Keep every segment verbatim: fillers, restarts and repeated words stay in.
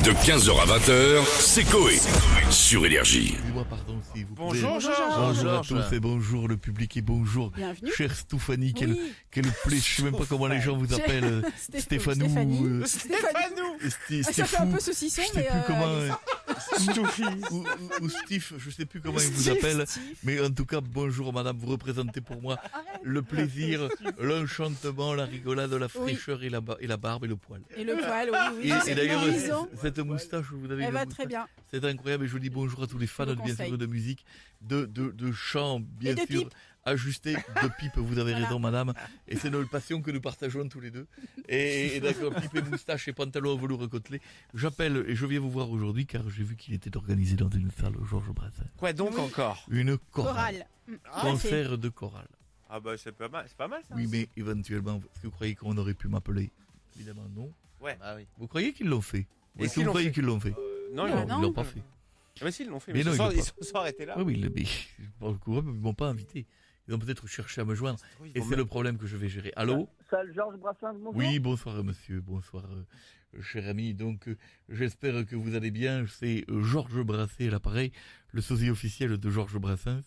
De quinze heures à vingt heures, c'est Coé. Sur Énergie. Dis-moi pardon si vous pouvez. Bonjour Georges. Bonjour à Georges. tous et bonjour le public et bonjour. Bienvenue. Cher Stouphanie, quel, Oui. quel plaisir. Je sais même pas comment les gens vous appellent. euh, Stéph- Stéphanou. Stéphanie. euh, Stéphano. Sti- Ah, ça fait un Stéphou, peu saucisson, je sais mais plus euh, comment. allez, euh, Stoufi. ou, ou, ou Steve, je sais plus comment il vous Steve, appelle. Steve. Mais en tout cas, bonjour madame, vous représentez pour moi le plaisir, l'enchantement, la rigolade, la fraîcheur et, la, ba- et la barbe et le poil. Et le poil, oui, oui. Et, c'est et d'ailleurs, grisant. c- cette moustache, vous avez Elle une va moustache, très bien. c'est incroyable et je dis bonjour à tous les fans, vous bien sûr, conseille. de musique, de, de, de chant, bien Et de sûr, pipe. ajusté, de pipe, vous avez Voilà. raison madame, et c'est notre passion que nous partageons tous les deux. Et, et d'accord, pipe et moustache et pantalon en velours côtelé. J'appelle et je viens vous voir aujourd'hui car j'ai vu qu'il était organisé dans une salle Georges Brassens. Quoi donc Oui. encore? Une chorale. Chorale. Mm, tout à fait. Concert de chorale. Ah bah c'est pas mal, c'est pas mal ça. Oui, mais éventuellement, est-ce que vous croyez qu'on aurait pu m'appeler? Évidemment non. Ouais. Ah oui. Vous croyez qu'ils l'ont fait? Et Est-ce que s'ils vous l'ont croyez fait qu'ils l'ont fait? Euh, non, ils Ah, l'ont. non. Ils l'ont pas fait. Ah, mais si, ils l'ont fait. Mais Mais, non, ce ils soir, l'ont ils pas. se sont arrêtés là. Oui, oui, le- mais pour le coup, ils m'ont pas invité. Ils ont peut-être cherché à me joindre. Ils Et vont c'est même- le problème que je vais gérer. Allô? Salle Georges Brassens, bonjour. Oui, bonsoir monsieur, bonsoir euh, cher ami. Donc euh, j'espère que vous allez bien. C'est euh, Georges Brassens à l'appareil, le sosie officiel de Georges Brassens.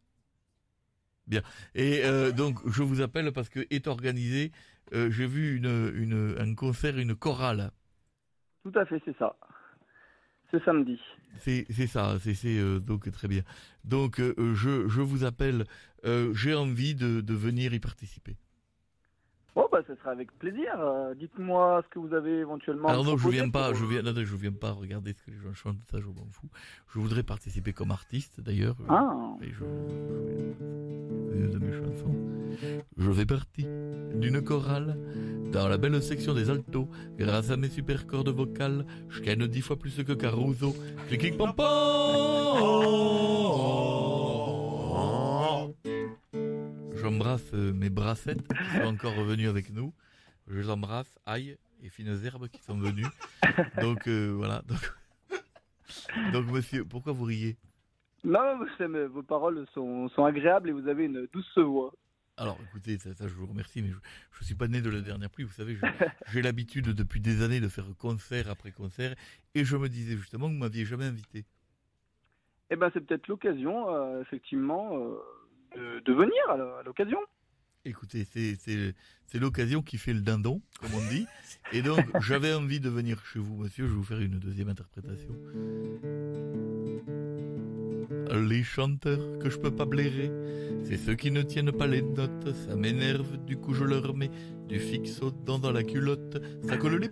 Bien. Et euh, donc je vous appelle parce que est organisé, euh, j'ai vu une, une, un concert, une chorale. Tout à fait, c'est ça. C'est samedi. C'est c'est ça, c'est c'est, euh, donc très bien. Donc euh, je, je vous appelle, euh, j'ai envie de, de venir y participer. Bon, bah, ce sera avec plaisir. Euh, dites-moi ce que vous avez éventuellement. Alors non, je proposé viens pas, pour- je viens, non, non, je viens pas regarder ce que les gens chantent, ça je m'en fous. Je voudrais participer comme artiste d'ailleurs. euh, Ah, et je, je, je- de mes chansons. Je fais partie d'une chorale dans la belle section des altos. Grâce à mes super cordes vocales, je gagne dix fois plus que Caruso. Clic clic pom pom. J'embrasse euh, mes brassettes qui sont encore revenus avec nous. Je les embrasse, aïe et fines herbes qui sont venues. Donc euh, voilà. Donc, donc monsieur, pourquoi vous riez? non, c'est- mais vos paroles sont, sont agréables et vous avez une douce voix. Alors, écoutez, ça, ça, je vous remercie, mais je, je suis pas né de la dernière pluie. Vous savez, je- j'ai l'habitude depuis des années de faire concert après concert, et je me disais justement que vous m'aviez jamais invité. Eh ben, c'est peut-être l'occasion, euh, effectivement, euh, de, de venir à la- à l'occasion. Écoutez, c'est, c'est, c'est l'occasion qui fait le dindon, comme on dit. Et donc, j'avais envie de venir chez vous, monsieur. Je vais vous faire une deuxième interprétation. Les chanteurs que je peux pas blairer, c'est ceux qui ne tiennent pas les notes. Ça m'énerve, du coup je leur mets du fixo dans, dans la culotte. Ça colle les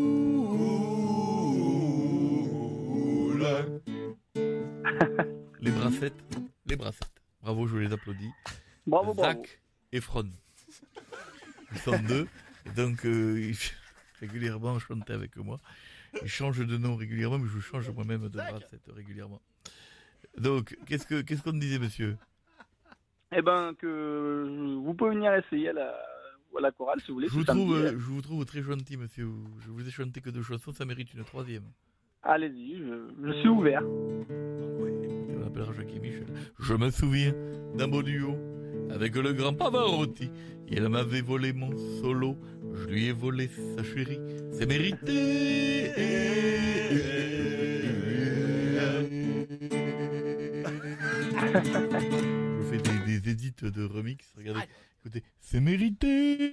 poules. Les brassettes, les brassettes. Bravo, je les applaudis. Bravo, bravo. Zach et Fron. Ils sont deux. Et donc, euh, ils régulièrement chantaient avec moi. Ils changent de nom régulièrement, mais je change moi-même de brassette régulièrement. Donc, qu'est-ce que qu'est-ce qu'on disait, monsieur? Eh ben, que vous pouvez venir essayer à la, à la chorale si vous voulez. Je vous, ce samedi. trouve, euh, je vous trouve très gentil, monsieur. Je vous ai chanté que deux chansons, ça mérite une troisième. Allez-y, je, je suis ouvert. On appellera Jacques et Michel. Je me souviens d'un beau duo avec le grand Pavarotti. Il m'avait volé mon solo, je lui ai volé sa chérie. C'est mérité. Je fais des, des édits de remix. Regardez, écoutez, c'est mérité.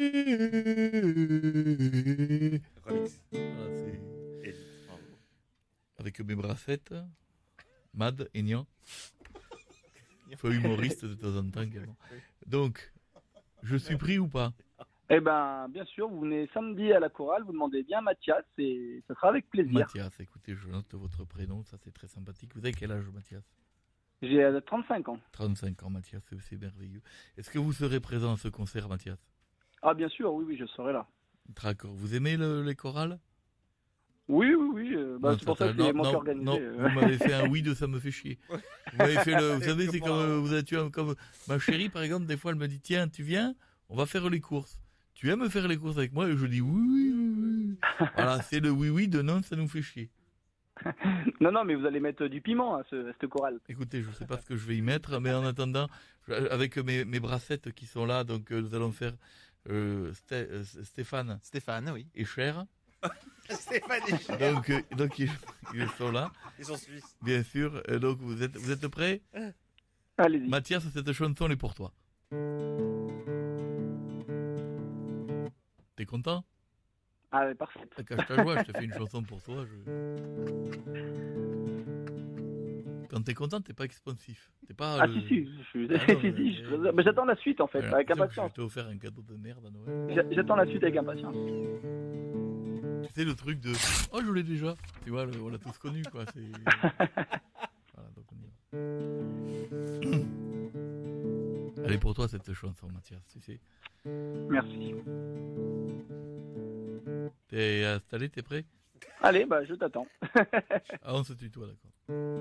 Remix. Voilà, c'est Et- bravo. avec mes brassettes, Mad et Nian. Il faut humoriste de temps en temps également. Donc, je suis pris ou pas? Eh ben, bien sûr, vous venez samedi à la chorale, vous demandez bien Mathias et ça sera avec plaisir. Mathias, écoutez, je note votre prénom, ça c'est très sympathique. Vous avez quel âge, Mathias? J'ai euh, trente-cinq ans. trente-cinq ans, Mathias, c'est- c'est merveilleux. Est-ce que vous serez présent à ce concert, Mathias? Ah, bien sûr, oui, oui, je serai là. D'accord. Vous aimez le- les chorales? Oui, oui, oui. euh, bah, Non, c'est pour ça que non, c'est moi qui ai non, organisé. non, euh. vous m'avez fait un oui de ça me fait chier. Vous m'avez fait le, vous savez, c'est comme, euh, vous êtes tu vois, comme ma chérie, par exemple, des fois, elle me dit, tiens, tu viens, on va faire les courses. Tu aimes faire les courses avec moi? Et je dis oui, oui, oui, oui. Voilà, c'est le oui, oui de non, ça nous fait chier. Non, non, mais vous allez mettre du piment à, ce, à cette chorale. Écoutez, je sais pas ce que je vais y mettre, mais en attendant, je- avec mes, mes brassettes qui sont là, donc euh, nous allons faire euh, Sté- euh, Stéphane Stéphane, oui. et Cher. Stéphane et Cher. Donc, euh, donc ils, ils sont là, Ils sont suisses. bien sûr. Euh, donc vous êtes, vous êtes prêts? Allez-y. Mathias, cette chanson elle est pour toi. T'es content? Ah, ouais, parfait. Ça cache ta joie, je te fais une chanson pour toi. Je... Quand t'es content, t'es pas expansif. T'es pas. Ah, le- si, si, je suis. Ah non, si, si, mais- je- mais j'attends la suite en fait, Voilà. avec Donc, impatience. Je t'ai offert un cadeau de merde à Noël. J'a- J'attends la suite avec impatience. Tu sais le truc de oh je l'ai déjà. Tu vois, le- on l'a tous connu quoi. C'est... Voilà, donc on y va. Elle est pour toi cette chanson, Mathias. Tu sais. Merci. T'es installé, t'es prêt? Allez, bah je t'attends. Ah, on se tutoie, d'accord.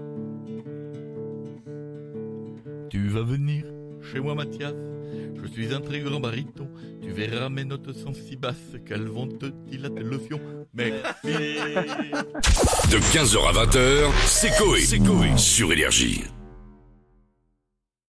Tu vas venir chez moi, Mathias. Je suis un très grand baryton. Tu verras mes notes sont si basses qu'elles vont te dilater le fion. Mais De quinze heures à vingt heures, c'est Coé. Sur Énergie.